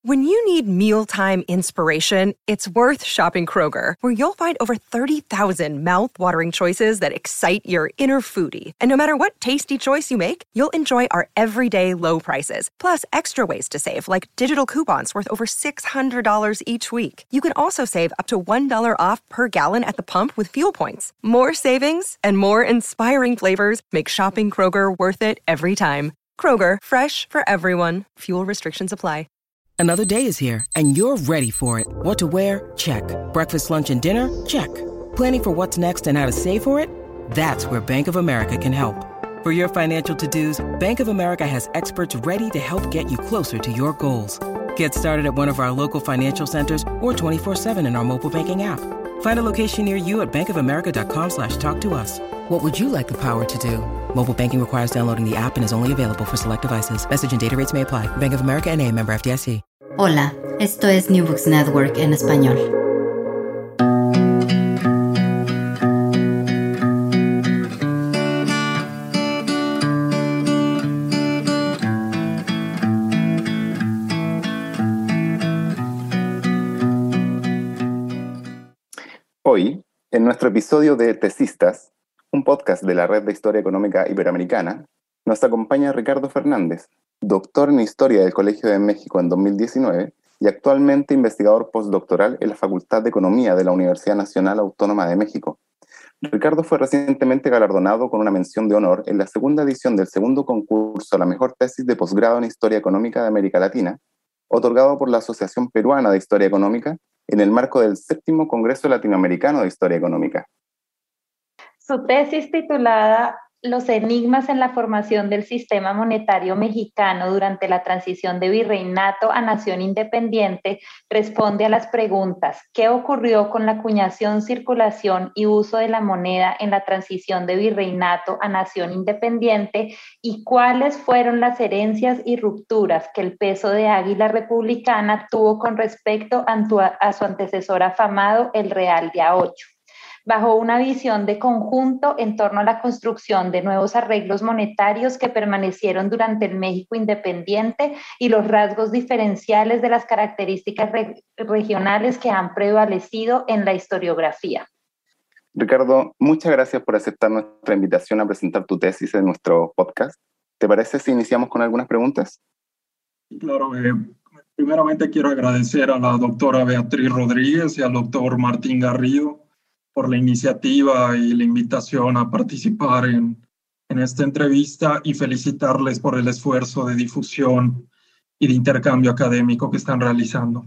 When you need mealtime inspiration, it's worth shopping Kroger, where you'll find over 30,000 mouth-watering choices that excite your inner foodie. And no matter what tasty choice you make, you'll enjoy our everyday low prices, plus extra ways to save, like digital coupons worth over $600 each week. You can also save up to $1 off per gallon at the pump with fuel points. More savings and more inspiring flavors make shopping Kroger worth it every time. Kroger, fresh for everyone. Fuel restrictions apply. Another day is here, and you're ready for it. What to wear? Check. Breakfast, lunch, and dinner? Check. Planning for what's next and how to save for it? That's where Bank of America can help. For your financial to-dos, Bank of America has experts ready to help get you closer to your goals. Get started at one of our local financial centers or 24/7 in our mobile banking app. Find a location near you at bankofamerica.com/talktous. What would you like the power to do? Mobile banking requires downloading the app and is only available for select devices. Message and data rates may apply. Bank of America N.A., member FDIC. Hola, esto es New Books Network en español. Hoy, en nuestro episodio de Tesistas, un podcast de la Red de Historia Económica Iberoamericana, nos acompaña Ricardo Fernández, doctor en Historia del Colegio de México en 2019 y actualmente investigador postdoctoral en la Facultad de Economía de la Universidad Nacional Autónoma de México. Ricardo fue recientemente galardonado con una mención de honor en la segunda edición del segundo concurso a la mejor tesis de posgrado en Historia Económica de América Latina, otorgado por la Asociación Peruana de Historia Económica en el marco del 7º Congreso Latinoamericano de Historia Económica. Su tesis titulada Los enigmas en la formación del sistema monetario mexicano durante la transición de virreinato a nación independiente responde a las preguntas: ¿qué ocurrió con la acuñación, circulación y uso de la moneda en la transición de virreinato a nación independiente? ¿Y cuáles fueron las herencias y rupturas que el peso de águila republicana tuvo con respecto a su antecesor afamado, el Real de A8? Bajo una visión de conjunto en torno a la construcción de nuevos arreglos monetarios que permanecieron durante el México independiente y los rasgos diferenciales de las características regionales que han prevalecido en la historiografía. Ricardo, muchas gracias por aceptar nuestra invitación a presentar tu tesis en nuestro podcast. ¿Te parece si iniciamos con algunas preguntas? Claro, primeramente quiero agradecer a la doctora Beatriz Rodríguez y al doctor Martín Garrido por la iniciativa y la invitación a participar en esta entrevista y felicitarles por el esfuerzo de difusión y de intercambio académico que están realizando.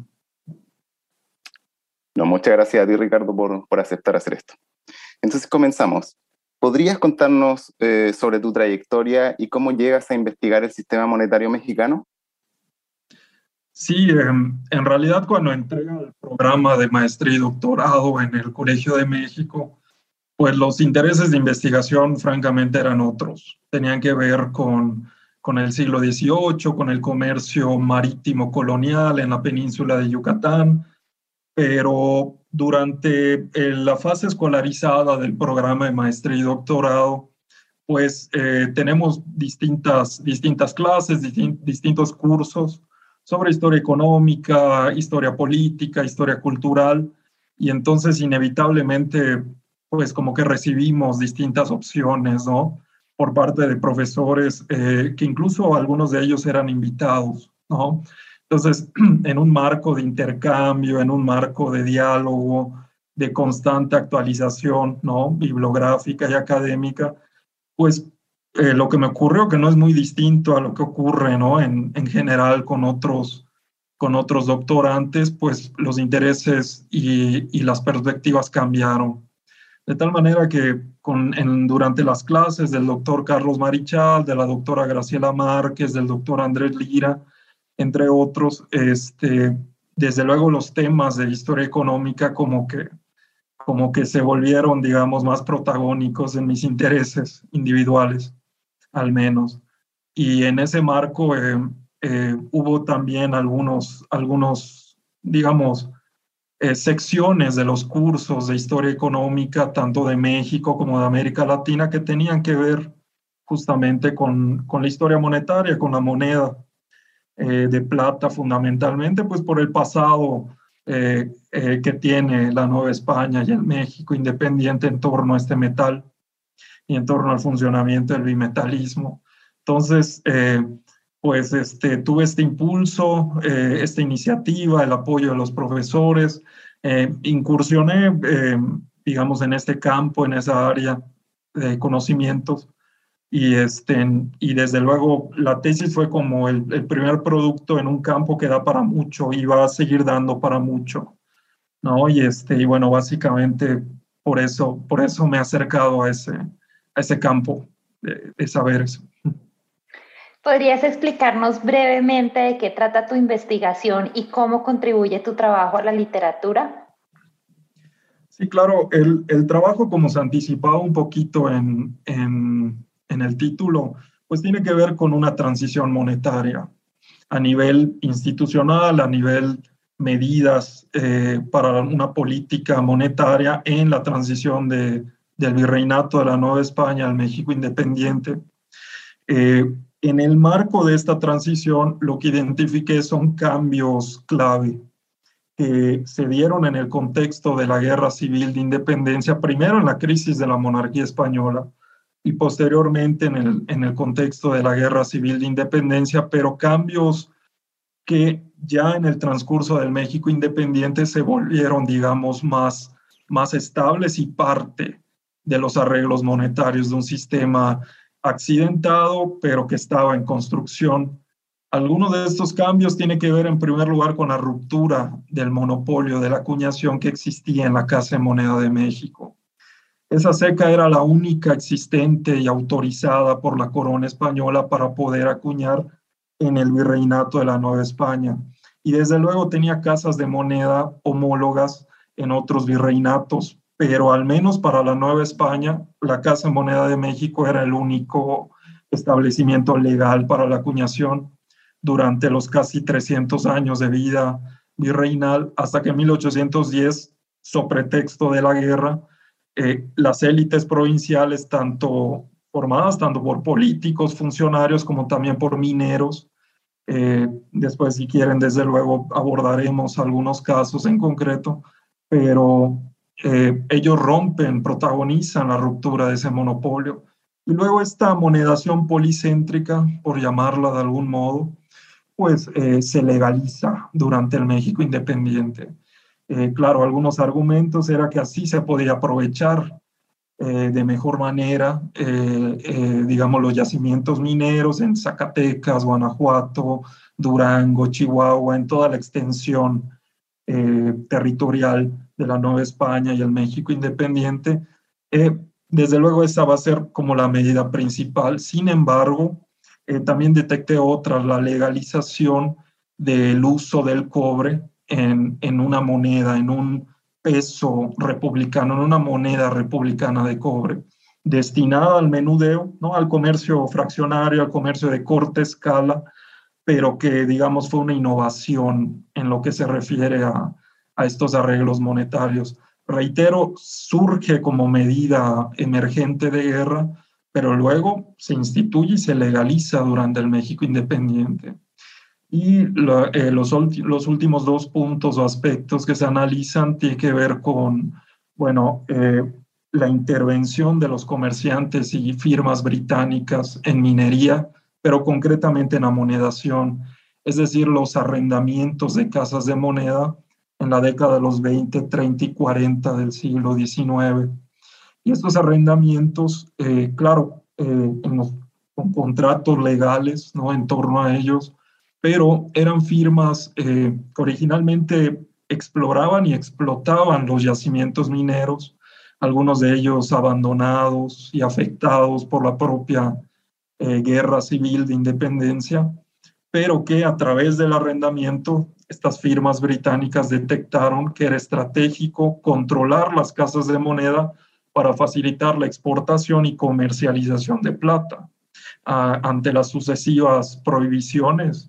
No, muchas gracias a ti, Ricardo, por aceptar hacer esto. Entonces comenzamos. ¿Podrías contarnos sobre tu trayectoria y cómo llegas a investigar el sistema monetario mexicano? Sí, en realidad cuando entré al programa de maestría y doctorado en el Colegio de México, pues los intereses de investigación francamente eran otros. Tenían que ver con el siglo XVIII, con el comercio marítimo colonial en la península de Yucatán, pero durante la fase escolarizada del programa de maestría y doctorado, pues tenemos distintas clases, distintos cursos sobre historia económica, historia política, historia cultural, y entonces inevitablemente, pues como que recibimos distintas opciones, ¿no? Por parte de profesores que incluso algunos de ellos eran invitados, ¿no? Entonces, en un marco de intercambio, en un marco de diálogo, de constante actualización, ¿no? Bibliográfica y académica, pues lo que me ocurrió, que no es muy distinto a lo que ocurre, ¿no? en general con otros doctorantes, pues los intereses y las perspectivas cambiaron. De tal manera que durante las clases del doctor Carlos Marichal, de la doctora Graciela Márquez, del doctor Andrés Lira, entre otros, desde luego los temas de historia económica como que se volvieron, digamos, más protagónicos en mis intereses individuales, al menos. Y en ese marco hubo también algunos digamos, secciones de los cursos de historia económica, tanto de México como de América Latina, que tenían que ver justamente con la historia monetaria, con la moneda. de plata fundamentalmente, pues por el pasado que tiene la Nueva España y el México independiente en torno a este metal y en torno al funcionamiento del bimetalismo. Entonces, pues tuve este impulso, esta iniciativa, el apoyo de los profesores, incursioné, digamos, en este campo, en esa área de conocimientos, y desde luego la tesis fue como el primer producto en un campo que da para mucho y va a seguir dando para mucho, ¿no? Y bueno, básicamente por eso me he acercado a ese campo de saberes. ¿Podrías explicarnos brevemente de qué trata tu investigación y cómo contribuye tu trabajo a la literatura? Sí, claro. El trabajo, como se anticipaba un poquito en el título, pues tiene que ver con una transición monetaria a nivel institucional, a nivel medidas para una política monetaria en la transición del virreinato de la Nueva España al México independiente. En el marco de esta transición, lo que identifiqué son cambios clave que se dieron en el contexto de la Guerra Civil de Independencia, primero en la crisis de la monarquía española y posteriormente en el contexto de la Guerra Civil de Independencia, pero cambios que ya en el transcurso del México independiente se volvieron, digamos, más estables y parte de los arreglos monetarios de un sistema accidentado, pero que estaba en construcción. Algunos de estos cambios tienen que ver en primer lugar con la ruptura del monopolio de la acuñación que existía en la Casa de Moneda de México. Esa ceca era la única existente y autorizada por la corona española para poder acuñar en el virreinato de la Nueva España. Y desde luego tenía casas de moneda homólogas en otros virreinatos, pero al menos para la Nueva España, la Casa de Moneda de México era el único establecimiento legal para la acuñación durante los casi 300 años de vida virreinal, hasta que en 1810, so pretexto de la guerra, las élites provinciales, formadas tanto por políticos, funcionarios, como también por mineros, después si quieren, desde luego abordaremos algunos casos en concreto, pero ellos protagonizan la ruptura de ese monopolio. Y luego esta monedación policéntrica, por llamarla de algún modo, pues se legaliza durante el México independiente. Claro, algunos argumentos era que así se podía aprovechar de mejor manera, digamos, los yacimientos mineros en Zacatecas, Guanajuato, Durango, Chihuahua, en toda la extensión territorial de la Nueva España y el México independiente. Desde luego esa va a ser como la medida principal. Sin embargo, también detecté otras, la legalización del uso del cobre en una moneda, en un peso republicano, en una moneda republicana de cobre, destinada al menudeo, ¿no? Al comercio fraccionario, al comercio de corta escala, pero que, digamos, fue una innovación en lo que se refiere a estos arreglos monetarios. Reitero, surge como medida emergente de guerra, pero luego se instituye y se legaliza durante el México independiente. Y los últimos dos puntos o aspectos que se analizan tienen que ver con, bueno, la intervención de los comerciantes y firmas británicas en minería, pero concretamente en la monedación, es decir, los arrendamientos de casas de moneda en la década de los 20, 30 y 40 del siglo XIX. Y estos arrendamientos, claro, con contratos legales, ¿no?, en torno a ellos, pero eran firmas que originalmente exploraban y explotaban los yacimientos mineros, algunos de ellos abandonados y afectados por la propia guerra civil de independencia, pero que a través del arrendamiento estas firmas británicas detectaron que era estratégico controlar las casas de moneda para facilitar la exportación y comercialización de plata. Ante las sucesivas prohibiciones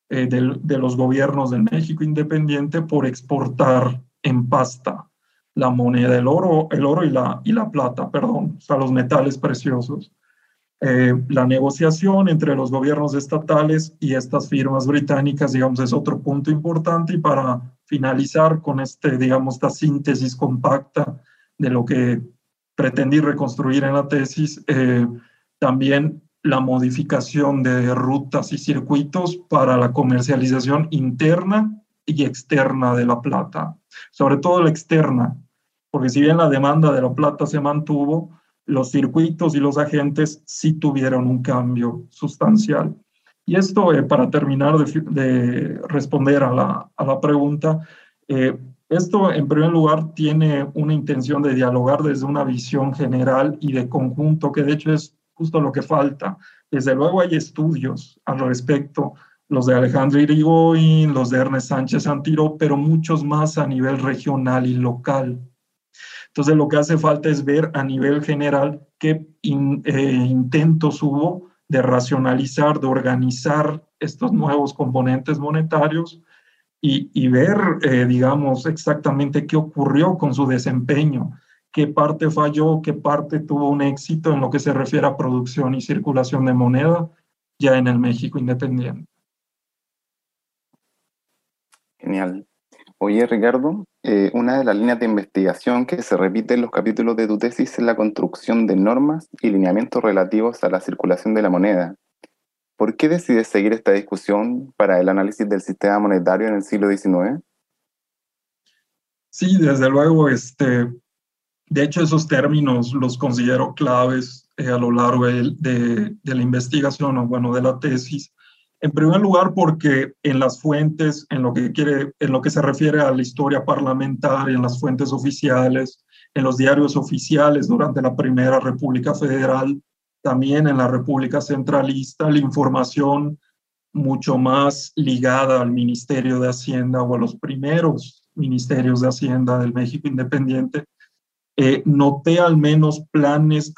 de los gobiernos del México independiente por exportar en pasta la moneda, el oro y la plata, perdón, o sea, los metales preciosos. La negociación entre los gobiernos estatales y estas firmas británicas, digamos, es otro punto importante. Y para finalizar con esta síntesis compacta de lo que pretendí reconstruir en la tesis, también la modificación de rutas y circuitos para la comercialización interna y externa de la plata, sobre todo la externa, porque si bien la demanda de la plata se mantuvo, los circuitos y los agentes sí tuvieron un cambio sustancial. Y esto, para terminar de responder a la pregunta, esto en primer lugar tiene una intención de dialogar desde una visión general y de conjunto, que de hecho es justo lo que falta. Desde luego hay estudios al respecto, los de Alejandro Irigoyen, los de Ernest Sánchez Antiro, pero muchos más a nivel regional y local. Entonces lo que hace falta es ver a nivel general qué intentos hubo de racionalizar, de organizar estos nuevos componentes monetarios y ver, digamos, exactamente qué ocurrió con su desempeño, qué parte falló, qué parte tuvo un éxito en lo que se refiere a producción y circulación de moneda ya en el México independiente. Genial. Oye, Ricardo, una de las líneas de investigación que se repite en los capítulos de tu tesis es la construcción de normas y lineamientos relativos a la circulación de la moneda. ¿Por qué decides seguir esta discusión para el análisis del sistema monetario en el siglo XIX? Sí, desde luego, de hecho esos términos los considero claves a lo largo de la investigación o bueno, de la tesis. En primer lugar, porque en las fuentes, en lo que se refiere a la historia parlamentaria, en las fuentes oficiales, en los diarios oficiales durante la Primera República Federal, también en la República Centralista, la información mucho más ligada al Ministerio de Hacienda o a los primeros ministerios de Hacienda del México independiente, noté planes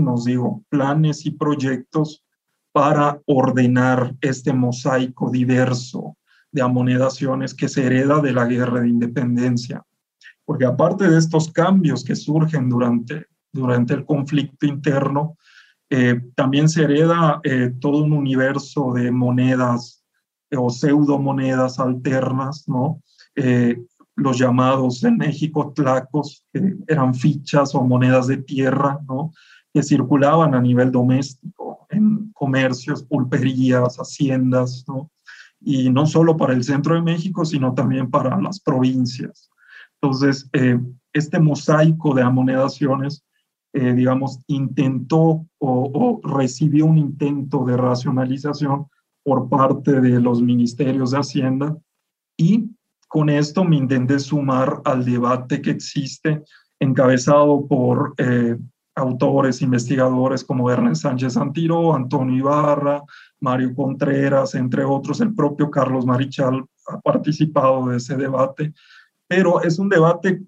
y proyectos para ordenar este mosaico diverso de amonedaciones que se hereda de la Guerra de Independencia. Porque aparte de estos cambios que surgen durante el conflicto interno, también se hereda todo un universo de monedas o pseudomonedas alternas, ¿no? Los llamados en México tlacos, que eran fichas o monedas de tierra, ¿no? Que circulaban a nivel doméstico en comercios, pulperías, haciendas, ¿no? Y no solo para el centro de México, sino también para las provincias. Entonces, este mosaico de amonedaciones, digamos, intentó o recibió un intento de racionalización por parte de los ministerios de Hacienda y con esto me intenté sumar al debate que existe encabezado por autores, investigadores como Ernest Sánchez Antiro, Antonio Ibarra, Mario Contreras, entre otros. El propio Carlos Marichal ha participado de ese debate, pero es un debate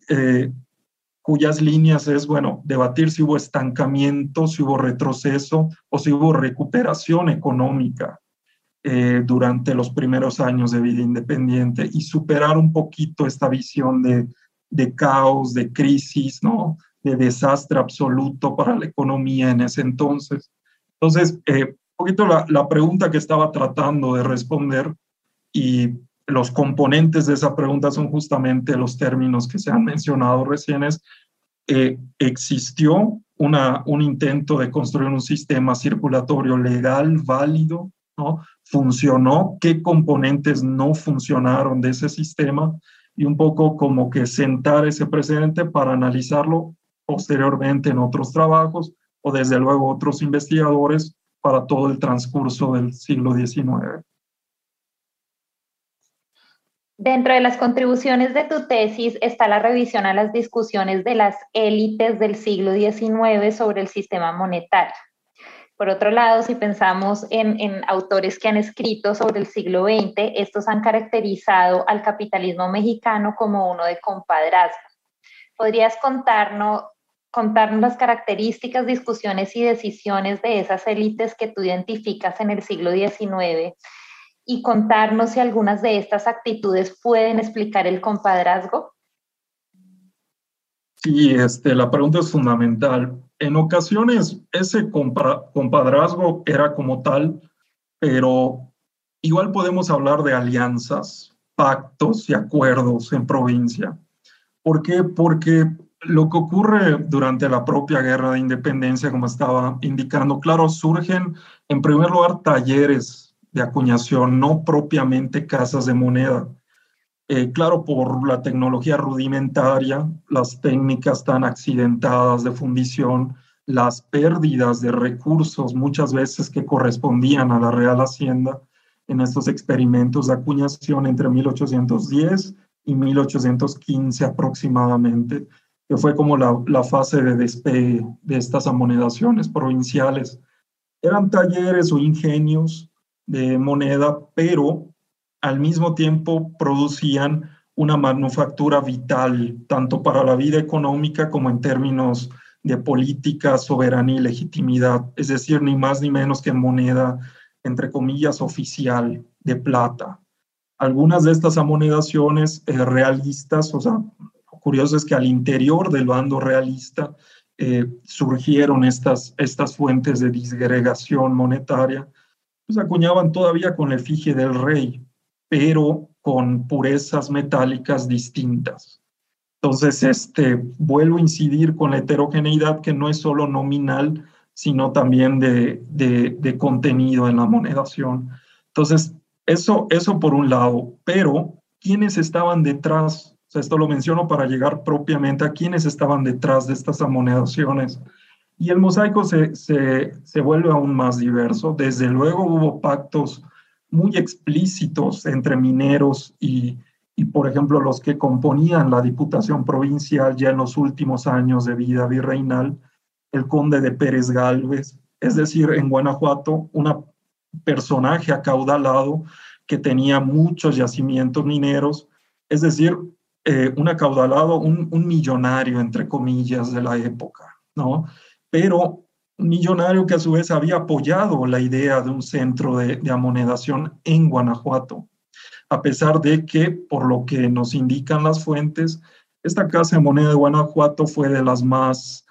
cuyas líneas es, bueno, debatir si hubo estancamiento, si hubo retroceso o si hubo recuperación económica durante los primeros años de vida independiente y superar un poquito esta visión de caos, de crisis, ¿no? De desastre absoluto para la economía en ese entonces. Entonces, un poquito la pregunta que estaba tratando de responder y los componentes de esa pregunta son justamente los términos que se han mencionado recién. Existió un intento de construir un sistema circulatorio legal, válido, ¿no? Funcionó, qué componentes no funcionaron de ese sistema y un poco como que sentar ese precedente para analizarlo posteriormente en otros trabajos o desde luego otros investigadores para todo el transcurso del siglo XIX. Dentro de las contribuciones de tu tesis está la revisión a las discusiones de las élites del siglo XIX sobre el sistema monetario. Por otro lado, si pensamos en autores que han escrito sobre el siglo XX, estos han caracterizado al capitalismo mexicano como uno de compadrazgo. ¿Podrías contarnos las características, discusiones y decisiones de esas élites que tú identificas en el siglo XIX y contarnos si algunas de estas actitudes pueden explicar el compadrazgo? Sí, la pregunta es fundamental. En ocasiones ese compadrazgo era como tal, pero igual podemos hablar de alianzas, pactos y acuerdos en provincia. ¿Por qué? Porque lo que ocurre durante la propia guerra de independencia, como estaba indicando, claro, surgen en primer lugar talleres de acuñación, no propiamente casas de moneda. Claro, por la tecnología rudimentaria, las técnicas tan accidentadas de fundición, las pérdidas de recursos muchas veces que correspondían a la Real Hacienda en estos experimentos de acuñación entre 1810 y 1815 aproximadamente, que fue como la fase de despegue de estas amonedaciones provinciales. Eran talleres o ingenios de moneda, pero al mismo tiempo producían una manufactura vital, tanto para la vida económica como en términos de política, soberanía y legitimidad, es decir, ni más ni menos que moneda, entre comillas, oficial de plata. Algunas de estas amonedaciones realistas, o sea, lo curioso es que al interior del bando realista surgieron estas fuentes de disgregación monetaria, pues acuñaban todavía con la efigie del rey, pero con purezas metálicas distintas. Entonces, vuelvo a incidir con la heterogeneidad que no es solo nominal, sino también de contenido en la monedación. Entonces, eso por un lado, pero ¿quiénes estaban detrás? O sea, esto lo menciono para llegar propiamente a quiénes estaban detrás de estas amonedaciones. Y el mosaico se vuelve aún más diverso. Desde luego hubo pactos muy explícitos entre mineros y, por ejemplo, los que componían la Diputación Provincial ya en los últimos años de vida virreinal, el conde de Pérez Gálvez, es decir, en Guanajuato, un personaje acaudalado que tenía muchos yacimientos mineros, es decir, un acaudalado, un millonario, entre comillas, de la época, ¿no? Pero un millonario que a su vez había apoyado la idea de un centro de amonedación en Guanajuato, a pesar de que, por lo que nos indican las fuentes, esta Casa de Moneda de Guanajuato fue de las más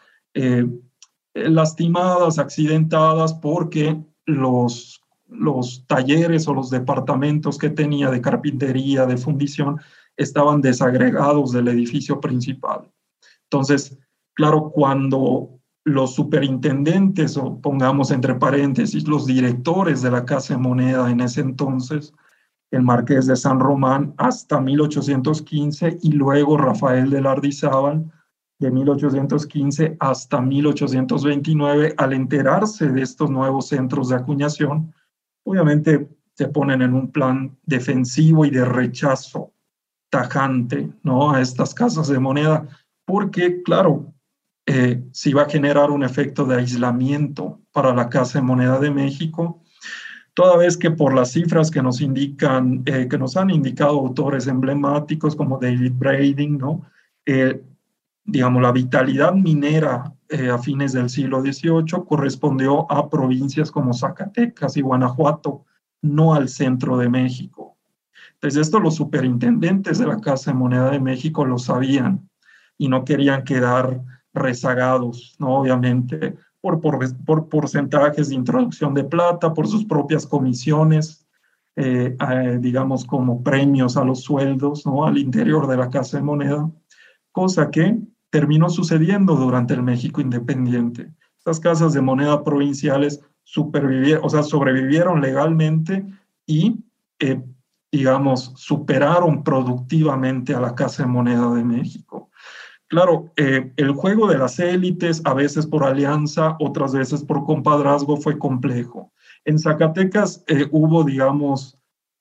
lastimadas, accidentadas, porque los talleres o los departamentos que tenía de carpintería, de fundición, estaban desagregados del edificio principal. Entonces, claro, cuando los superintendentes, o pongamos entre paréntesis, los directores de la Casa de Moneda en ese entonces, el Marqués de San Román hasta 1815 y luego Rafael de Lardizábal de 1815 hasta 1829, al enterarse de estos nuevos centros de acuñación, obviamente se ponen en un plan defensivo y de rechazo tajante, ¿no?, a estas casas de moneda, porque, claro, se iba a generar un efecto de aislamiento para la Casa de Moneda de México, toda vez que por las cifras que nos indican, que nos han indicado autores emblemáticos como David Brading, ¿no?, digamos, la vitalidad minera a fines del siglo XVIII correspondió a provincias como Zacatecas y Guanajuato, no al centro de México. Entonces, esto los superintendentes de la Casa de Moneda de México lo sabían y no querían quedar rezagados, ¿no?, obviamente, por porcentajes de introducción de plata, por sus propias comisiones, digamos, como premios a los sueldos, ¿no?, al interior de la Casa de Moneda, cosa que terminó sucediendo durante el México independiente. Estas casas de moneda provinciales sobrevivieron legalmente y, digamos, superaron productivamente a la Casa de Moneda de México. Claro, el juego de las élites, a veces por alianza, otras veces por compadrazgo, fue complejo. En Zacatecas hubo, digamos,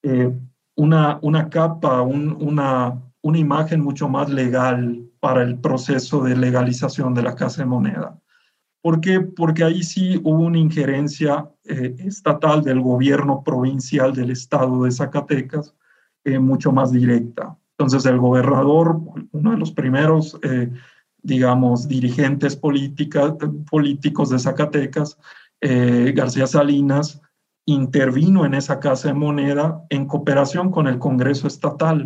una capa, una imagen mucho más legal para el proceso de legalización de la Casa de Moneda. ¿Por qué? Porque ahí sí hubo una injerencia estatal del gobierno provincial del estado de Zacatecas, mucho más directa. Entonces el gobernador, uno de los primeros, digamos, dirigentes políticos de Zacatecas, García Salinas, intervino en esa Casa de Moneda en cooperación con el Congreso Estatal.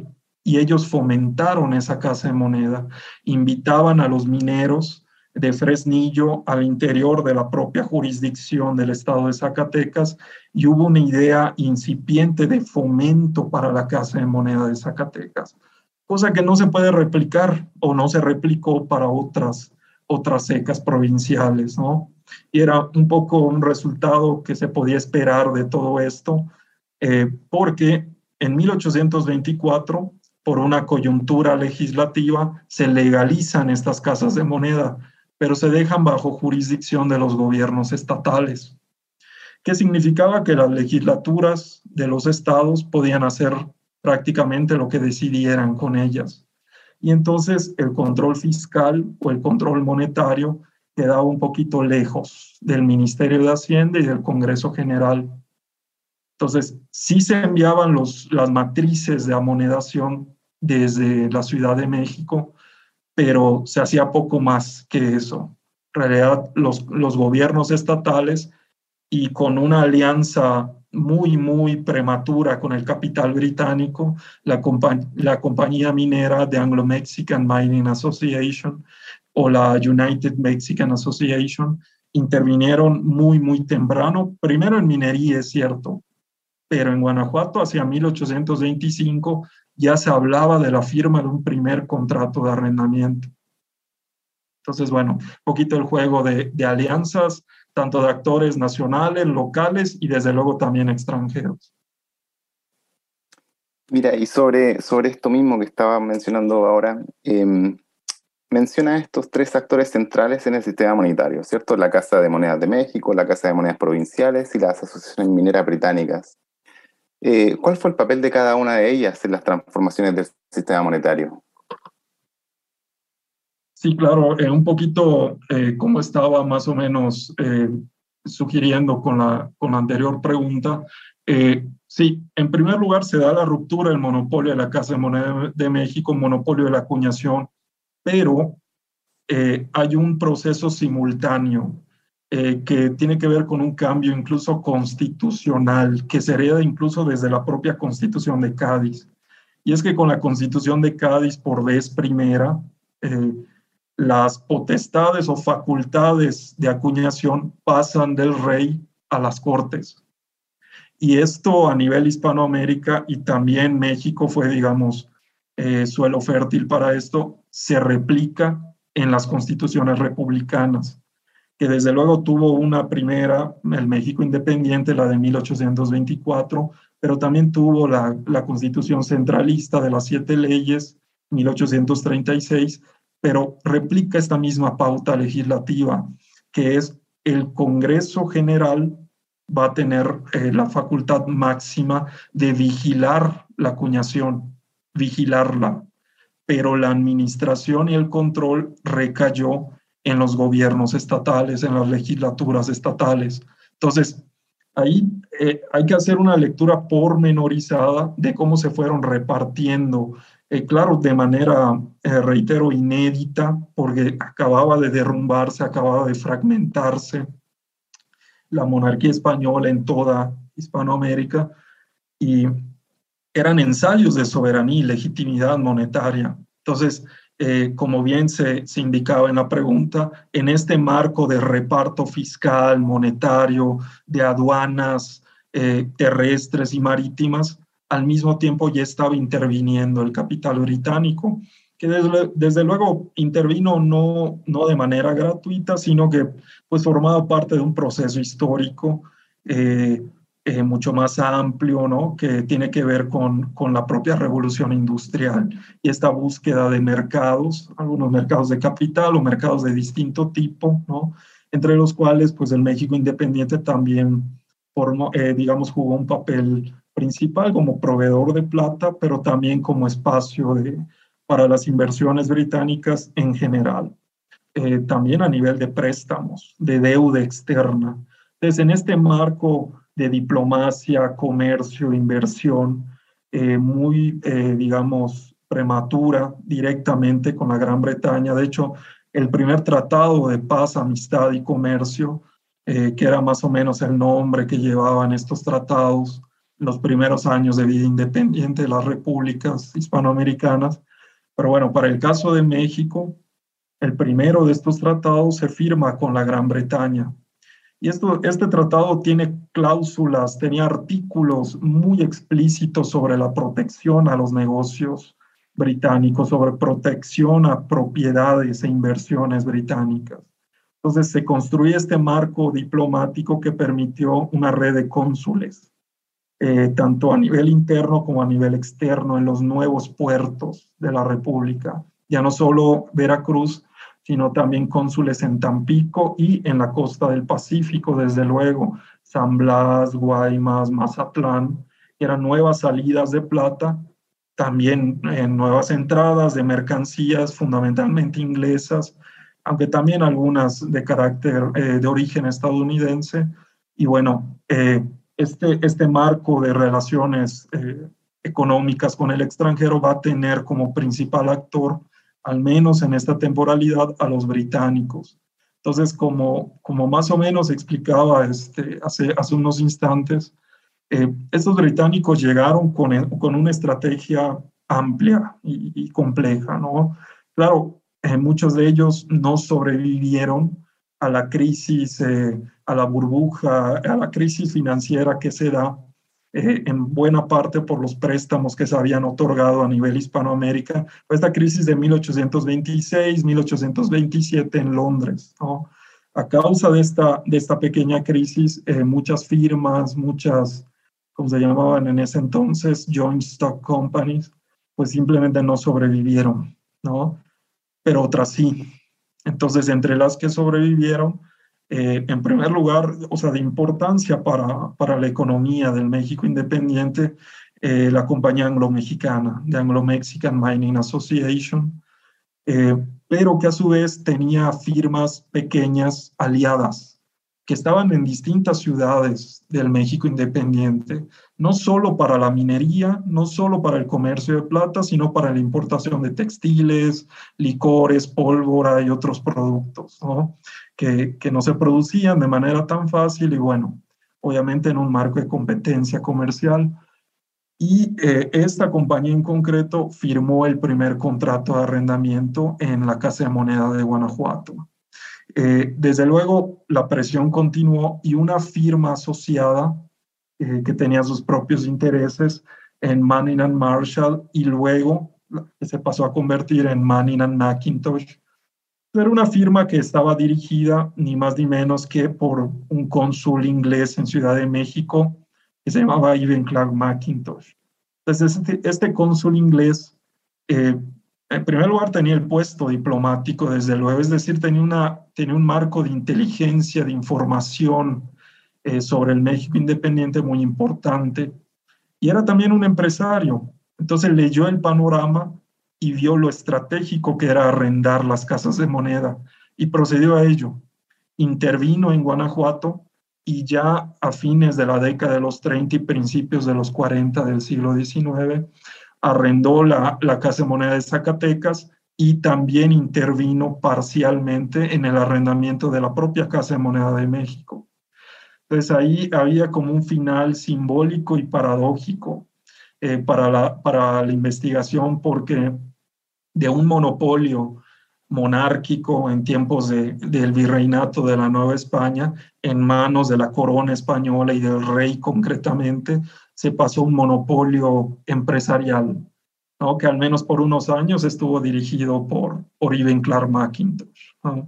y ellos fomentaron esa casa de moneda, invitaban a los mineros de Fresnillo al interior de la propia jurisdicción del estado de Zacatecas, y hubo una idea incipiente de fomento para la casa de moneda de Zacatecas, cosa que no se puede replicar o no se replicó para otras secas provinciales, ¿no? Y era un poco un resultado que se podía esperar de todo esto, porque en 1824, por una coyuntura legislativa, se legalizan estas casas de moneda, pero se dejan bajo jurisdicción de los gobiernos estatales, que significaba que las legislaturas de los estados podían hacer prácticamente lo que decidieran con ellas. Y entonces el control fiscal o el control monetario quedaba un poquito lejos del Ministerio de Hacienda y del Congreso General. Entonces, sí se enviaban las matrices de amonedación desde la Ciudad de México, pero se hacía poco más que eso. En realidad, los gobiernos estatales, y con una alianza muy, muy prematura con el capital británico, la compañía minera de Anglo-Mexican Mining Association o la United Mexican Association intervinieron muy, muy temprano. Primero en minería, es cierto, pero en Guanajuato hacia 1825 ya se hablaba de la firma de un primer contrato de arrendamiento. Entonces, bueno, un poquito el juego de alianzas, tanto de actores nacionales, locales y desde luego también extranjeros. Mira, y sobre esto mismo que estaba mencionando ahora, menciona estos tres actores centrales en el sistema monetario, ¿cierto? La Casa de Monedas de México, la Casa de Monedas Provinciales y las asociaciones mineras británicas. ¿Cuál fue el papel de cada una de ellas en las transformaciones del sistema monetario? Sí, claro, un poquito como estaba más o menos sugiriendo con la anterior pregunta. Sí, en primer lugar se da la ruptura del monopolio de la Casa de Moneda de México, monopolio de la acuñación, pero hay un proceso simultáneo que tiene que ver con un cambio incluso constitucional, que se hereda incluso desde la propia Constitución de Cádiz. Y es que con la Constitución de Cádiz, por vez primera, las potestades o facultades de acuñación pasan del rey a las cortes. Y esto a nivel Hispanoamérica y también México fue, digamos, suelo fértil para esto, se replica en las constituciones republicanas, que desde luego tuvo una primera, el México independiente, la de 1824, pero también tuvo la Constitución centralista de las 7 leyes, 1836, pero replica esta misma pauta legislativa, que es el Congreso General va a tener la facultad máxima de vigilar la acuñación, vigilarla, pero la administración y el control recayó en los gobiernos estatales, en las legislaturas estatales. Entonces, ahí hay que hacer una lectura pormenorizada de cómo se fueron repartiendo, claro, de manera, reitero, inédita, porque acababa de derrumbarse, acababa de fragmentarse la monarquía española en toda Hispanoamérica, y eran ensayos de soberanía y legitimidad monetaria. Entonces, como bien se indicaba en la pregunta, en este marco de reparto fiscal, monetario, de aduanas terrestres y marítimas, al mismo tiempo ya estaba interviniendo el capital británico, que desde luego intervino no de manera gratuita, sino que pues formaba parte de un proceso histórico mucho más amplio, ¿no? Que tiene que ver con la propia revolución industrial y esta búsqueda de mercados, algunos mercados de capital o mercados de distinto tipo, ¿no? Entre los cuales pues el México independiente también digamos, jugó un papel principal como proveedor de plata, pero también como espacio para las inversiones británicas en general. También a nivel de préstamos, de deuda externa. Entonces, en este marco de diplomacia, comercio, inversión, muy, digamos, prematura directamente con la Gran Bretaña. De hecho, el primer tratado de paz, amistad y comercio, que era más o menos el nombre que llevaban estos tratados, los primeros años de vida independiente de las repúblicas hispanoamericanas. Pero bueno, para el caso de México, el primero de estos tratados se firma con la Gran Bretaña. Y este tratado tiene cláusulas, tenía artículos muy explícitos sobre la protección a los negocios británicos, sobre protección a propiedades e inversiones británicas. Entonces se construye este marco diplomático que permitió una red de cónsules, tanto a nivel interno como a nivel externo, en los nuevos puertos de la República. Ya no solo Veracruz, sino también cónsules en Tampico y en la costa del Pacífico, desde luego, San Blas, Guaymas, Mazatlán, eran nuevas salidas de plata, también nuevas entradas de mercancías, fundamentalmente inglesas, aunque también algunas de carácter de origen estadounidense. Y bueno, este marco de relaciones económicas con el extranjero va a tener como principal actor, al menos en esta temporalidad, a los británicos. Entonces, como más o menos explicaba hace unos instantes, estos británicos llegaron con una estrategia amplia y compleja, ¿no? Claro, muchos de ellos no sobrevivieron a la crisis, a la burbuja, a la crisis financiera que se da en buena parte por los préstamos que se habían otorgado a nivel Hispanoamérica. Esta crisis de 1826, 1827 en Londres, ¿no? A causa de esta pequeña crisis, muchas firmas, como se llamaban en ese entonces, joint stock companies, pues simplemente no sobrevivieron, ¿no? Pero otras sí. Entonces, entre las que sobrevivieron, en primer lugar, o sea, de importancia para la economía del México independiente, la compañía anglo-mexicana, de Anglo-Mexican Mining Association, pero que a su vez tenía firmas pequeñas aliadas que estaban en distintas ciudades del México independiente, no solo para la minería, no solo para el comercio de plata, sino para la importación de textiles, licores, pólvora y otros productos, ¿no? que no se producían de manera tan fácil y bueno, obviamente en un marco de competencia comercial. Y esta compañía en concreto firmó el primer contrato de arrendamiento en la Casa de Moneda de Guanajuato. Desde luego, la presión continuó y una firma asociada que tenía sus propios intereses en Manning & Marshall y luego se pasó a convertir en Manning & Mackintosh. Era una firma que estaba dirigida ni más ni menos que por un cónsul inglés en Ciudad de México que se llamaba Evan Clark Mackintosh. Entonces, este cónsul inglés, en primer lugar, tenía el puesto diplomático, desde luego, es decir, tenía un marco de inteligencia, de información sobre el México independiente muy importante, y era también un empresario. Entonces leyó el panorama y vio lo estratégico que era arrendar las casas de moneda, y procedió a ello. Intervino en Guanajuato, y ya a fines de la década de los 30 y principios de los 40 del siglo XIX, arrendó la Casa de Moneda de Zacatecas y también intervino parcialmente en el arrendamiento de la propia Casa de Moneda de México. Entonces ahí había como un final simbólico y paradójico para la investigación, porque de un monopolio monárquico en tiempos del virreinato de la Nueva España, en manos de la corona española y del rey concretamente, se pasó a un monopolio empresarial, ¿no? Que al menos por unos años estuvo dirigido por Evan Clark Mackintosh, ¿no?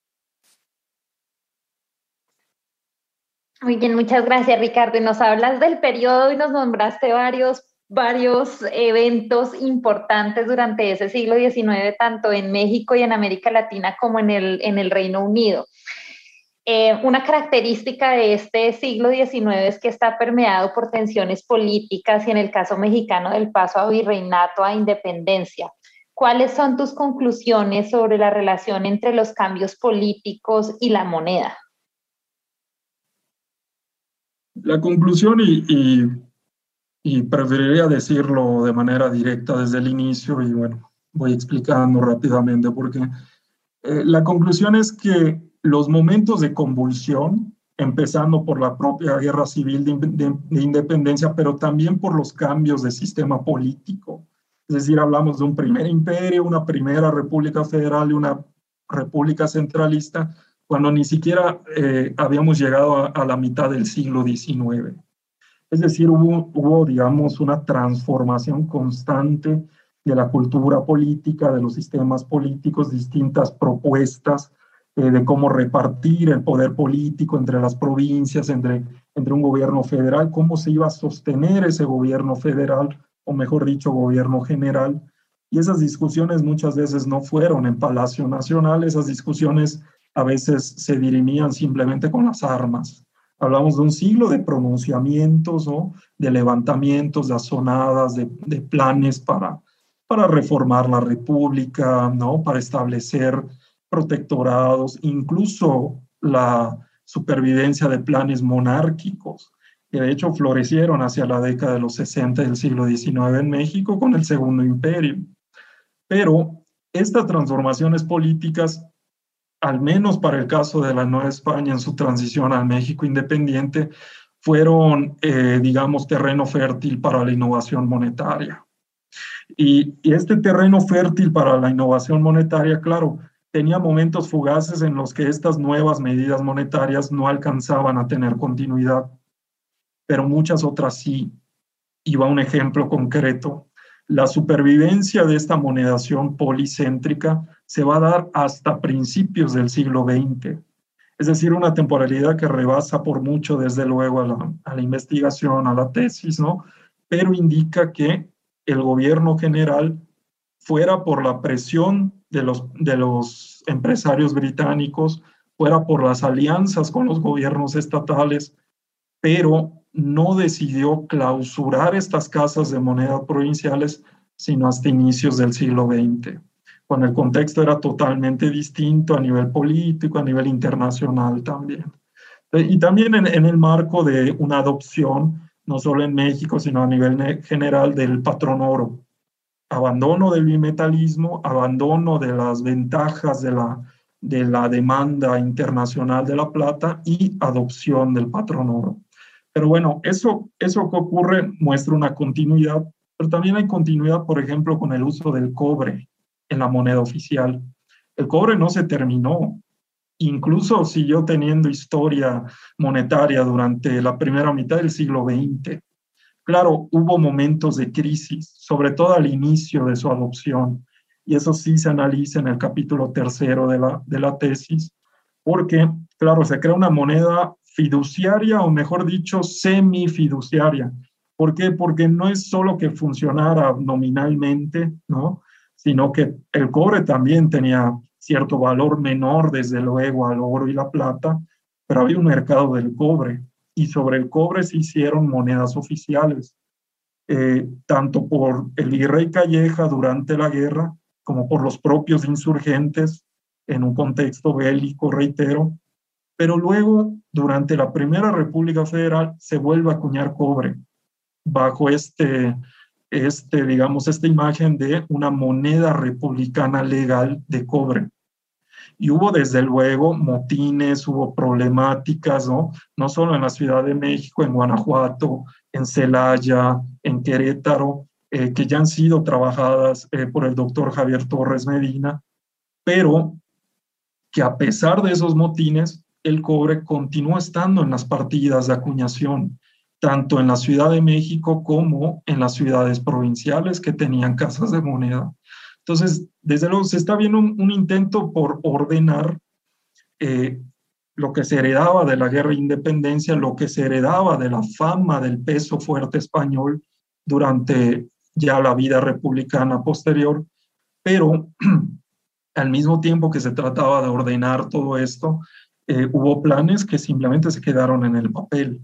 Muy bien, muchas gracias, Ricardo. Y nos hablas del periodo y nos nombraste varios eventos importantes durante ese siglo XIX, tanto en México y en América Latina como en el Reino Unido. Una característica de este siglo XIX es que está permeado por tensiones políticas y en el caso mexicano del paso a virreinato a independencia. ¿Cuáles son tus conclusiones sobre la relación entre los cambios políticos y la moneda? La conclusión, y preferiría decirlo de manera directa desde el inicio, y bueno, voy explicando rápidamente porque la conclusión es que los momentos de convulsión empezando por la propia guerra civil de independencia, pero también por los cambios de sistema político. Es decir, hablamos de un primer imperio, una primera república federal y una república centralista, cuando ni siquiera habíamos llegado a la mitad del siglo XIX. Es decir, hubo, digamos, una transformación constante de la cultura política, de los sistemas políticos, distintas propuestas de cómo repartir el poder político entre las provincias, entre un gobierno federal, cómo se iba a sostener ese gobierno federal, o mejor dicho, gobierno general. Y esas discusiones muchas veces no fueron en Palacio Nacional, esas discusiones a veces se dirimían simplemente con las armas. Hablamos de un siglo de pronunciamientos, ¿no? De levantamientos, de azonadas, de planes para reformar la república, ¿no? Para establecer protectorados, incluso la supervivencia de planes monárquicos, que de hecho florecieron hacia la década de los 60 del siglo XIX en México con el Segundo Imperio. Pero estas transformaciones políticas, al menos para el caso de la Nueva España en su transición al México independiente, fueron, digamos, terreno fértil para la innovación monetaria. Y este terreno fértil para la innovación monetaria, claro, tenía momentos fugaces en los que estas nuevas medidas monetarias no alcanzaban a tener continuidad, pero muchas otras sí. Y va un ejemplo concreto. La supervivencia de esta monedación policéntrica se va a dar hasta principios del siglo XX. Es decir, una temporalidad que rebasa por mucho, desde luego, a la investigación, a la tesis, ¿no? Pero indica que el gobierno general, fuera por la presión de los empresarios británicos, fuera por las alianzas con los gobiernos estatales, pero no decidió clausurar estas casas de moneda provinciales sino hasta inicios del siglo XX, cuando el contexto era totalmente distinto a nivel político, a nivel internacional también. Y también en el marco de una adopción, no solo en México, sino a nivel general, del patrón oro. Abandono del bimetalismo, abandono de las ventajas de la demanda internacional de la plata y adopción del patrón oro. Pero bueno, eso que ocurre muestra una continuidad, pero también hay continuidad, por ejemplo, con el uso del cobre en la moneda oficial. El cobre no se terminó, incluso siguió teniendo historia monetaria durante la primera mitad del siglo XX. Claro, hubo momentos de crisis, sobre todo al inicio de su adopción, y eso sí se analiza en el capítulo 3 de la tesis, porque, claro, se crea una moneda fiduciaria, o mejor dicho, semifiduciaria. ¿Por qué? Porque no es solo que funcionara nominalmente, ¿no? Sino que el cobre también tenía cierto valor menor, desde luego, al oro y la plata, pero había un mercado del cobre, y sobre el cobre se hicieron monedas oficiales, tanto por el virrey Calleja durante la guerra, como por los propios insurgentes en un contexto bélico, reitero. Pero luego, durante la Primera República Federal, se vuelve a acuñar cobre bajo digamos, esta imagen de una moneda republicana legal de cobre. Y hubo, desde luego, motines, hubo problemáticas, ¿no? No solo en la Ciudad de México, en Guanajuato, en Celaya, en Querétaro, que ya han sido trabajadas por el doctor Javier Torres Medina, pero que a pesar de esos motines, el cobre continúa estando en las partidas de acuñación, tanto en la Ciudad de México como en las ciudades provinciales que tenían casas de moneda. Entonces, desde luego, se está viendo un intento por ordenar lo que se heredaba de la guerra de independencia, lo que se heredaba de la fama del peso fuerte español durante ya la vida republicana posterior, pero al mismo tiempo que se trataba de ordenar todo esto, hubo planes que simplemente se quedaron en el papel.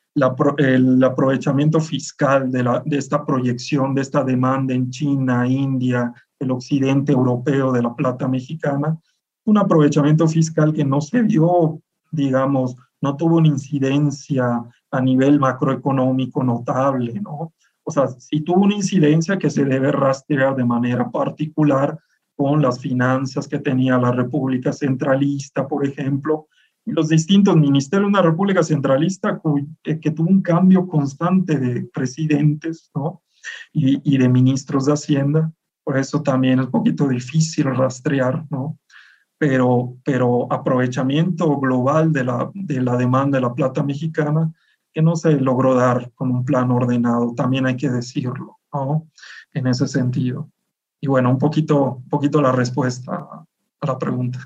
El aprovechamiento fiscal de esta proyección, de esta demanda en China, India, el occidente europeo de la plata mexicana, un aprovechamiento fiscal que no se dio, digamos, no tuvo una incidencia a nivel macroeconómico notable, ¿no? O sea, sí tuvo una incidencia que se debe rastrear de manera particular con las finanzas que tenía la República Centralista, por ejemplo, los distintos ministerios, una república centralista que tuvo un cambio constante de presidentes, ¿no? y de ministros de Hacienda, por eso también es un poquito difícil rastrear, ¿no? Pero aprovechamiento global de la demanda de la plata mexicana que no se logró dar con un plan ordenado, también hay que decirlo, ¿no? En ese sentido. Y bueno, un poquito la respuesta a la pregunta.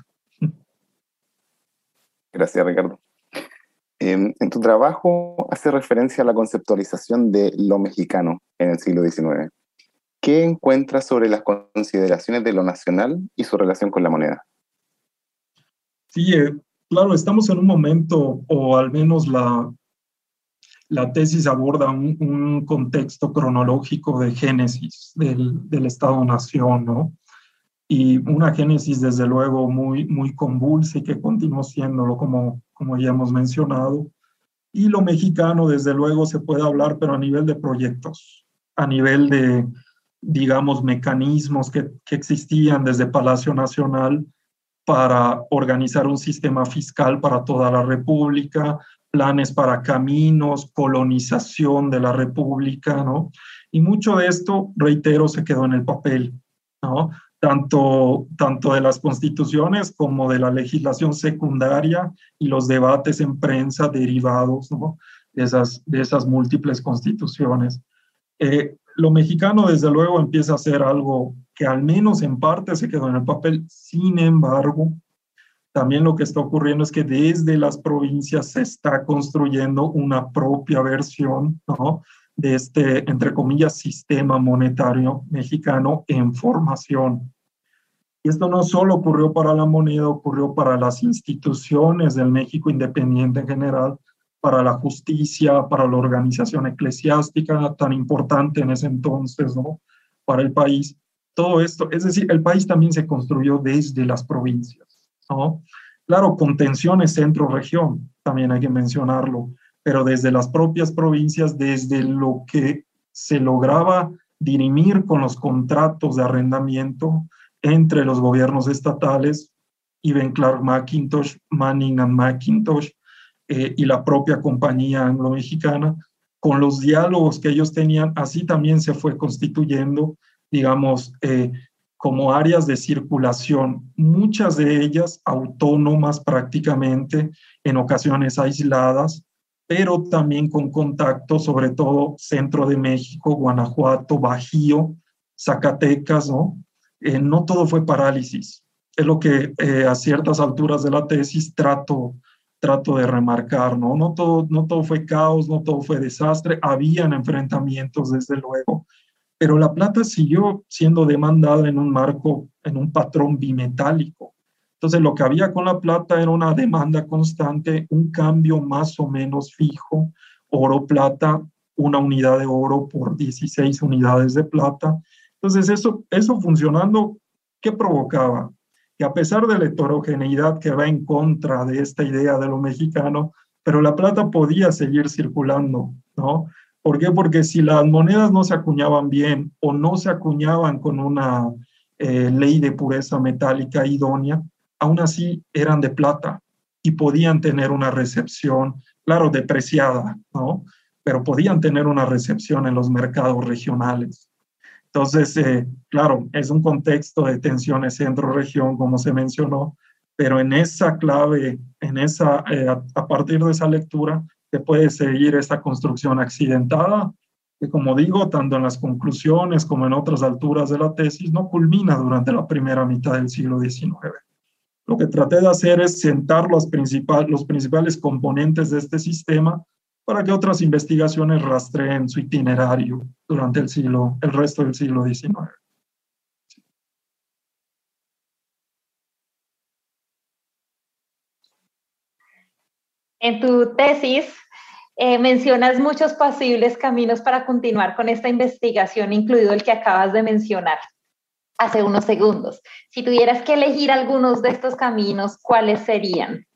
Gracias, Ricardo. En tu trabajo hace referencia a la conceptualización de lo mexicano en el siglo XIX. ¿Qué encuentras sobre las consideraciones de lo nacional y su relación con la moneda? Sí, claro, estamos en un momento, o al menos la tesis aborda un contexto cronológico de génesis del Estado-Nación, ¿no? Y una génesis, desde luego, muy convulsa y que continuó siéndolo, como ya hemos mencionado. Y lo mexicano, desde luego, se puede hablar, pero a nivel de proyectos, a nivel de, digamos, mecanismos que existían desde Palacio Nacional para organizar un sistema fiscal para toda la República, planes para caminos, colonización de la República, ¿no? Y mucho de esto, reitero, se quedó en el papel, ¿no? Tanto de las constituciones como de la legislación secundaria y los debates en prensa derivados, ¿no? de esas múltiples constituciones. Lo mexicano, desde luego, empieza a ser algo que al menos en parte se quedó en el papel. Sin embargo, también lo que está ocurriendo es que desde las provincias se está construyendo una propia versión, ¿no? de este, entre comillas, sistema monetario mexicano en formación. Y esto no solo ocurrió para la moneda, ocurrió para las instituciones del México independiente en general, para la justicia, para la organización eclesiástica tan importante en ese entonces, ¿no? Para el país. Todo esto, es decir, el país también se construyó desde las provincias, ¿no? Claro, con tensiones centro-región, también hay que mencionarlo, pero desde las propias provincias, desde lo que se lograba dirimir con los contratos de arrendamiento entre los gobiernos estatales, Iben Clark Mackintosh, Manning and Mackintosh, y la propia compañía anglo-mexicana, con los diálogos que ellos tenían, así también se fue constituyendo, digamos, como áreas de circulación, muchas de ellas autónomas prácticamente, en ocasiones aisladas, pero también con contacto, sobre todo centro de México, Guanajuato, Bajío, Zacatecas, ¿no? No todo fue parálisis. Es lo que a ciertas alturas de la tesis trato de remarcar, ¿no? No todo fue caos, no todo fue desastre, habían enfrentamientos, desde luego, pero la plata siguió siendo demandada en un marco, en un patrón bimetálico. Entonces, lo que había con la plata era una demanda constante, un cambio más o menos fijo, oro-plata, una unidad de oro por 16 unidades de plata. Entonces, eso funcionando, ¿qué provocaba? Que a pesar de la heterogeneidad que va en contra de esta idea de lo mexicano, pero la plata podía seguir circulando, ¿no? ¿Por qué? Porque si las monedas no se acuñaban bien o no se acuñaban con una ley de pureza metálica idónea, aún así eran de plata y podían tener una recepción, claro, depreciada, ¿no? Pero podían tener una recepción en los mercados regionales. Entonces, claro, es un contexto de tensiones centro-región, como se mencionó, pero en esa clave, a partir de esa lectura, se puede seguir esta construcción accidentada, que como digo, tanto en las conclusiones como en otras alturas de la tesis, no culmina durante la primera mitad del siglo XIX. Lo que traté de hacer es sentar los principales componentes de este sistema para que otras investigaciones rastreen su itinerario durante el resto del siglo XIX. En tu tesis mencionas muchos posibles caminos para continuar con esta investigación, incluido el que acabas de mencionar hace unos segundos. Si tuvieras que elegir algunos de estos caminos, ¿cuáles serían?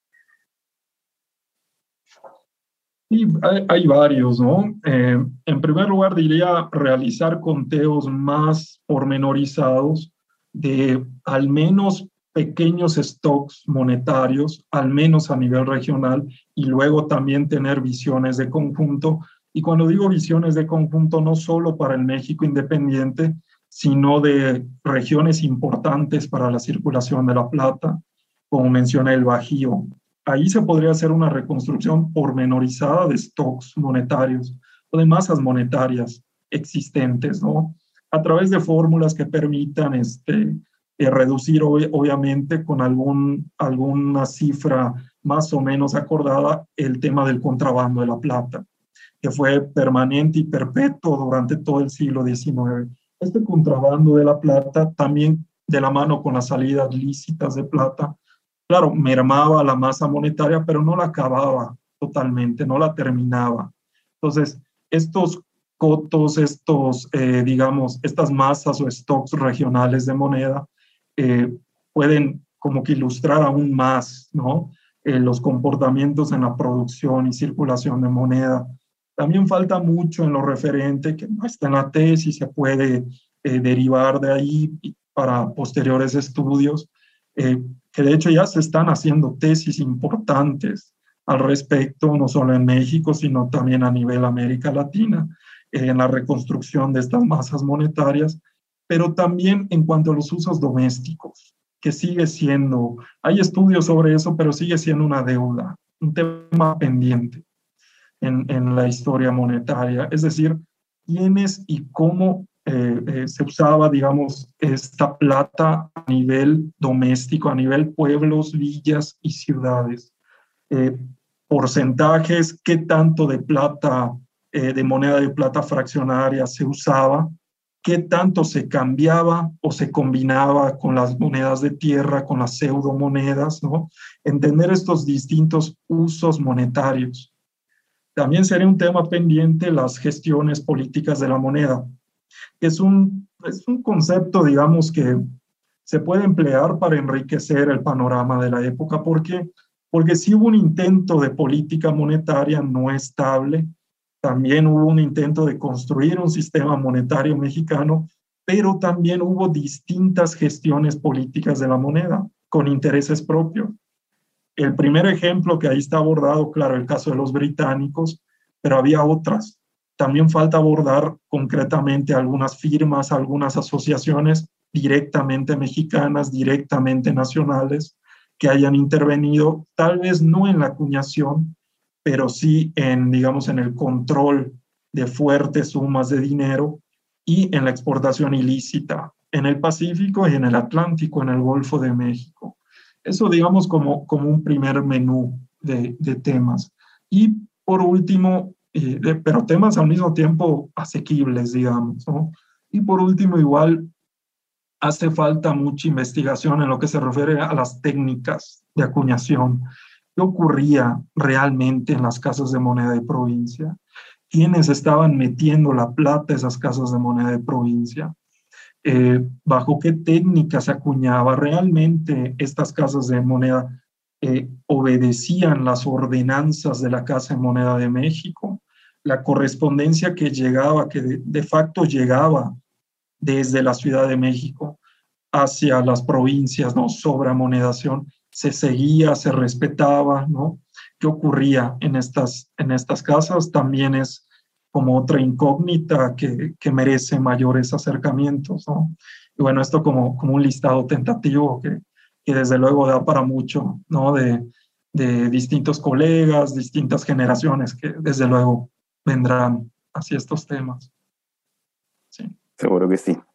Sí, hay varios, ¿no? En primer lugar, diría realizar conteos más pormenorizados de al menos pequeños stocks monetarios, al menos a nivel regional, y luego también tener visiones de conjunto. Y cuando digo visiones de conjunto, no solo para el México independiente, sino de regiones importantes para la circulación de la plata, como menciona el Bajío. Ahí se podría hacer una reconstrucción pormenorizada de stocks monetarios o de masas monetarias existentes, ¿no? A través de fórmulas que permitan reducir obviamente con alguna cifra más o menos acordada el tema del contrabando de la plata, que fue permanente y perpetuo durante todo el siglo XIX. Este contrabando de la plata, también de la mano con las salidas lícitas de plata, claro, mermaba la masa monetaria, pero no la acababa totalmente, no la terminaba. Entonces, estos cotos, digamos, estas masas o stocks regionales de moneda pueden como que ilustrar aún más, ¿no? Los comportamientos en la producción y circulación de moneda. También falta mucho en lo referente, que no está en la tesis, se puede derivar de ahí para posteriores estudios, que de hecho ya se están haciendo tesis importantes al respecto, no solo en México, sino también a nivel América Latina, en la reconstrucción de estas masas monetarias, pero también en cuanto a los usos domésticos, que sigue siendo, hay estudios sobre eso, pero sigue siendo una deuda, un tema pendiente en la historia monetaria, es decir, quiénes y cómo se usaba, digamos, esta plata a nivel doméstico, a nivel pueblos, villas y ciudades. Porcentajes, qué tanto de plata, de moneda de plata fraccionaria se usaba, qué tanto se cambiaba o se combinaba con las monedas de tierra, con las pseudomonedas, ¿no? Entender estos distintos usos monetarios. También sería un tema pendiente las gestiones políticas de la moneda, que es un concepto, digamos, que se puede emplear para enriquecer el panorama de la época. ¿Por qué? Porque sí hubo un intento de política monetaria no estable, también hubo un intento de construir un sistema monetario mexicano, pero también hubo distintas gestiones políticas de la moneda con intereses propios. El primer ejemplo que ahí está abordado, claro, el caso de los británicos, pero había otras. También falta abordar concretamente algunas firmas, algunas asociaciones directamente mexicanas, directamente nacionales, que hayan intervenido, tal vez no en la acuñación, pero sí en, digamos, en el control de fuertes sumas de dinero y en la exportación ilícita en el Pacífico y en el Atlántico, en el Golfo de México. Eso, digamos, como un primer menú de temas. Y por último, pero temas al mismo tiempo asequibles, digamos, ¿no? Y por último, igual, hace falta mucha investigación en lo que se refiere a las técnicas de acuñación. ¿Qué ocurría realmente en las casas de moneda de provincia? ¿Quiénes estaban metiendo la plata a esas casas de moneda de provincia? ¿Bajo qué técnica se acuñaba? ¿Realmente estas casas de moneda obedecían las ordenanzas de la Casa de Moneda de México? La correspondencia que llegaba, que de facto llegaba desde la Ciudad de México hacia las provincias, ¿no? Sobre amonedación, se seguía, se respetaba, ¿no? ¿Qué ocurría en estas casas? También es como otra incógnita que merece mayores acercamientos, ¿no? Y bueno, esto como un listado tentativo que desde luego da para mucho, ¿no? De distintos colegas, distintas generaciones que desde luego vendrán hacia estos temas. Sí. Seguro que sí.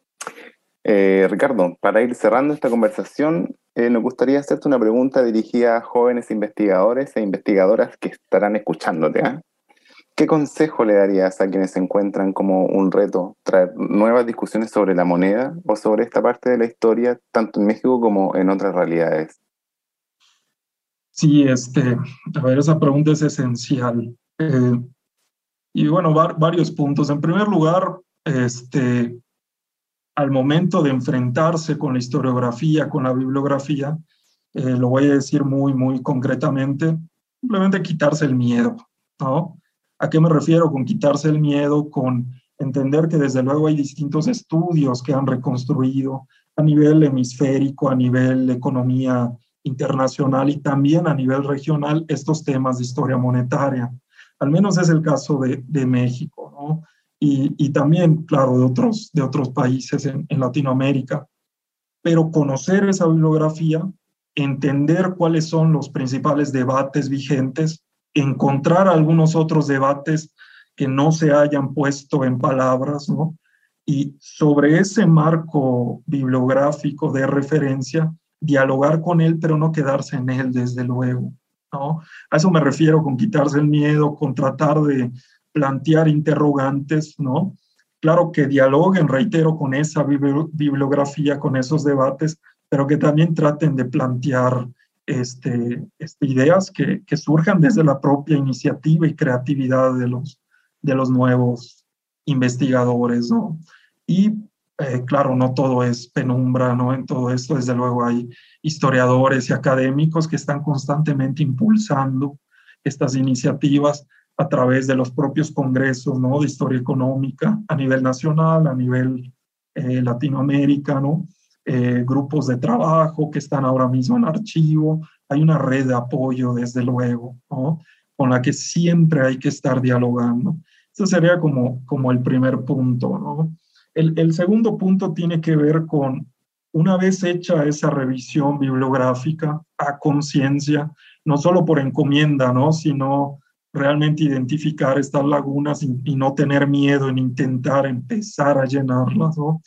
Ricardo, para ir cerrando esta conversación, nos gustaría hacerte una pregunta dirigida a jóvenes investigadores e investigadoras que estarán escuchándote, ¿eh? ¿Qué consejo le darías a quienes se encuentran como un reto traer nuevas discusiones sobre la moneda o sobre esta parte de la historia, tanto en México como en otras realidades? Sí, a ver, esa pregunta es esencial. Y bueno, varios puntos. En primer lugar, al momento de enfrentarse con la historiografía, con la bibliografía, lo voy a decir muy, muy concretamente, simplemente quitarse el miedo, ¿no? ¿A qué me refiero con quitarse el miedo? Con entender que desde luego hay distintos estudios que han reconstruido a nivel hemisférico, a nivel economía internacional y también a nivel regional estos temas de historia monetaria. Al menos es el caso de México, ¿no? Y también, claro, de otros países en Latinoamérica. Pero conocer esa bibliografía, entender cuáles son los principales debates vigentes, encontrar algunos otros debates que no se hayan puesto en palabras, ¿no? Y sobre ese marco bibliográfico de referencia, dialogar con él, pero no quedarse en él, desde luego, ¿no? A eso me refiero con quitarse el miedo, con tratar de plantear interrogantes, ¿no? Claro que dialoguen, reitero, con esa bibliografía, con esos debates, pero que también traten de plantear ideas que surjan desde la propia iniciativa y creatividad de los nuevos investigadores, ¿no? Y claro, no todo es penumbra, ¿no? En todo esto, desde luego, hay historiadores y académicos que están constantemente impulsando estas iniciativas a través de los propios congresos, ¿no? De historia económica a nivel nacional, a nivel Latinoamérica, ¿no? Grupos de trabajo que están ahora mismo en archivo. Hay una red de apoyo, desde luego, ¿no? Con la que siempre hay que estar dialogando. Ese sería como el primer punto, ¿no? El segundo punto tiene que ver con, una vez hecha esa revisión bibliográfica a conciencia, no solo por encomienda, ¿no? Sino realmente identificar estas lagunas y no tener miedo en intentar empezar a llenarlas, ¿no?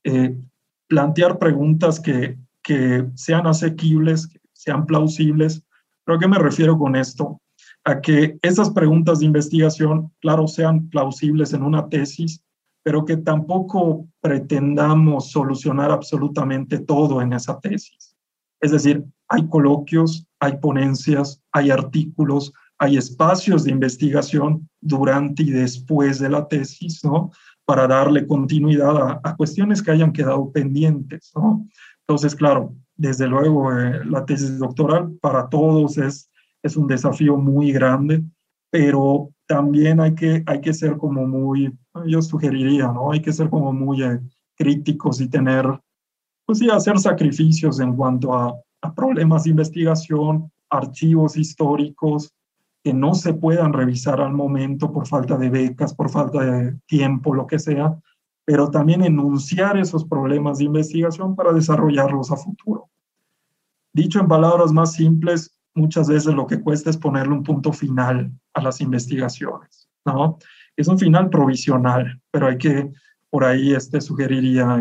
Plantear preguntas que sean asequibles, que sean plausibles. ¿Pero a qué me refiero con esto? A que esas preguntas de investigación, claro, sean plausibles en una tesis, pero que tampoco pretendamos solucionar absolutamente todo en esa tesis. Es decir, hay coloquios, hay ponencias, hay artículos, hay espacios de investigación durante y después de la tesis, ¿no? Para darle continuidad a cuestiones que hayan quedado pendientes, ¿no? Entonces, claro, desde luego la tesis doctoral para todos es un desafío muy grande, pero también hay que ser como muy, yo sugeriría, ¿no? Hay que ser como muy críticos y tener, pues sí, hacer sacrificios en cuanto a problemas de investigación, archivos históricos, que no se puedan revisar al momento por falta de becas, por falta de tiempo, lo que sea, pero también enunciar esos problemas de investigación para desarrollarlos a futuro. Dicho en palabras más simples, muchas veces lo que cuesta es ponerle un punto final a las investigaciones, ¿no? Es un final provisional, pero hay que, por ahí sugeriría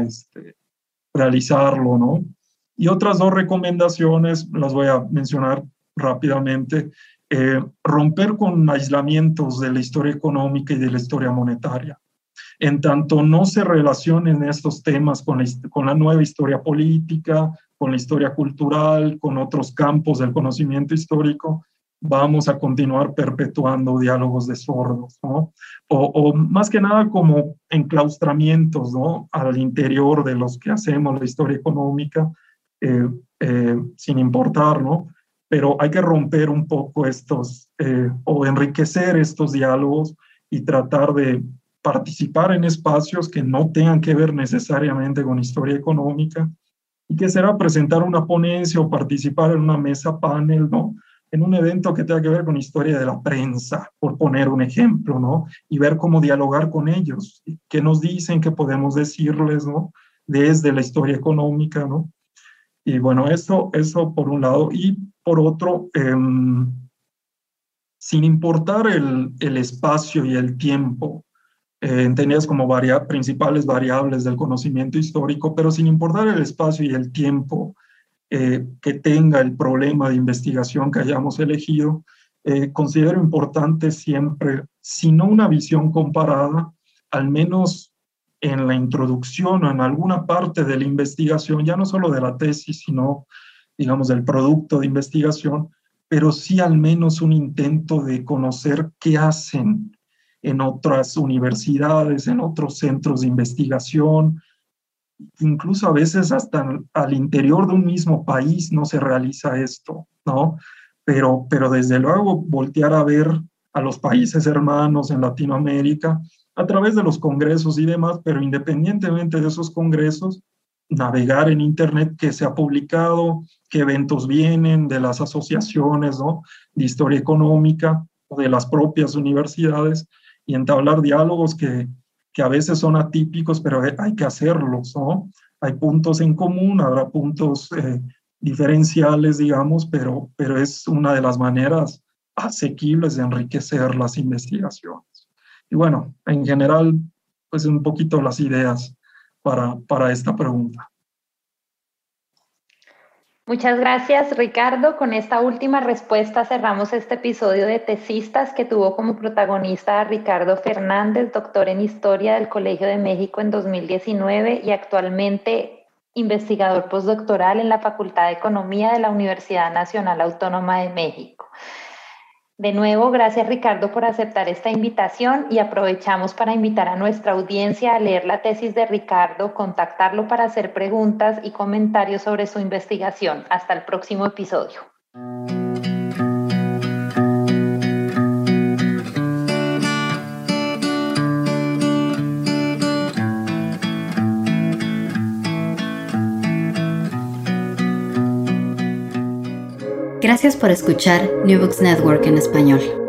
realizarlo, ¿no? Y otras dos recomendaciones, las voy a mencionar rápidamente. Romper con aislamientos de la historia económica y de la historia monetaria. En tanto no se relacionen estos temas con la nueva historia política, con la historia cultural, con otros campos del conocimiento histórico, vamos a continuar perpetuando diálogos de sordos, ¿no? O más que nada como enclaustramientos, ¿no? Al interior de los que hacemos la historia económica, sin importar, ¿no? Pero hay que romper un poco o enriquecer estos diálogos y tratar de participar en espacios que no tengan que ver necesariamente con historia económica, y que será presentar una ponencia o participar en una mesa panel, ¿no? En un evento que tenga que ver con historia de la prensa, por poner un ejemplo, ¿no? Y ver cómo dialogar con ellos, qué nos dicen, qué podemos decirles, ¿no? Desde la historia económica, ¿no? Y bueno, eso por un lado. Y por otro, sin importar el espacio y el tiempo, entendidas como principales variables del conocimiento histórico, pero sin importar el espacio y el tiempo que tenga el problema de investigación que hayamos elegido, considero importante siempre, si no una visión comparada, al menos en la introducción o en alguna parte de la investigación, ya no solo de la tesis, sino, digamos, del producto de investigación, pero sí al menos un intento de conocer qué hacen en otras universidades, en otros centros de investigación, incluso a veces hasta al interior de un mismo país no se realiza esto, ¿no? Pero desde luego voltear a ver a los países hermanos en Latinoamérica, a través de los congresos y demás, pero independientemente de esos congresos, navegar en Internet qué se ha publicado, qué eventos vienen de las asociaciones, ¿no?, de historia económica o de las propias universidades, y entablar diálogos que a veces son atípicos, pero hay que hacerlos, ¿no? Hay puntos en común, habrá puntos diferenciales, digamos, pero es una de las maneras asequibles de enriquecer las investigaciones. Y bueno, en general, pues un poquito las ideas para esta pregunta. Muchas gracias, Ricardo. Con esta última respuesta cerramos este episodio de Tesistas, que tuvo como protagonista a Ricardo Fernández, doctor en Historia del Colegio de México en 2019 y actualmente investigador postdoctoral en la Facultad de Economía de la Universidad Nacional Autónoma de México. De nuevo, gracias, Ricardo, por aceptar esta invitación, y aprovechamos para invitar a nuestra audiencia a leer la tesis de Ricardo, contactarlo para hacer preguntas y comentarios sobre su investigación. Hasta el próximo episodio. Gracias por escuchar New Books Network en español.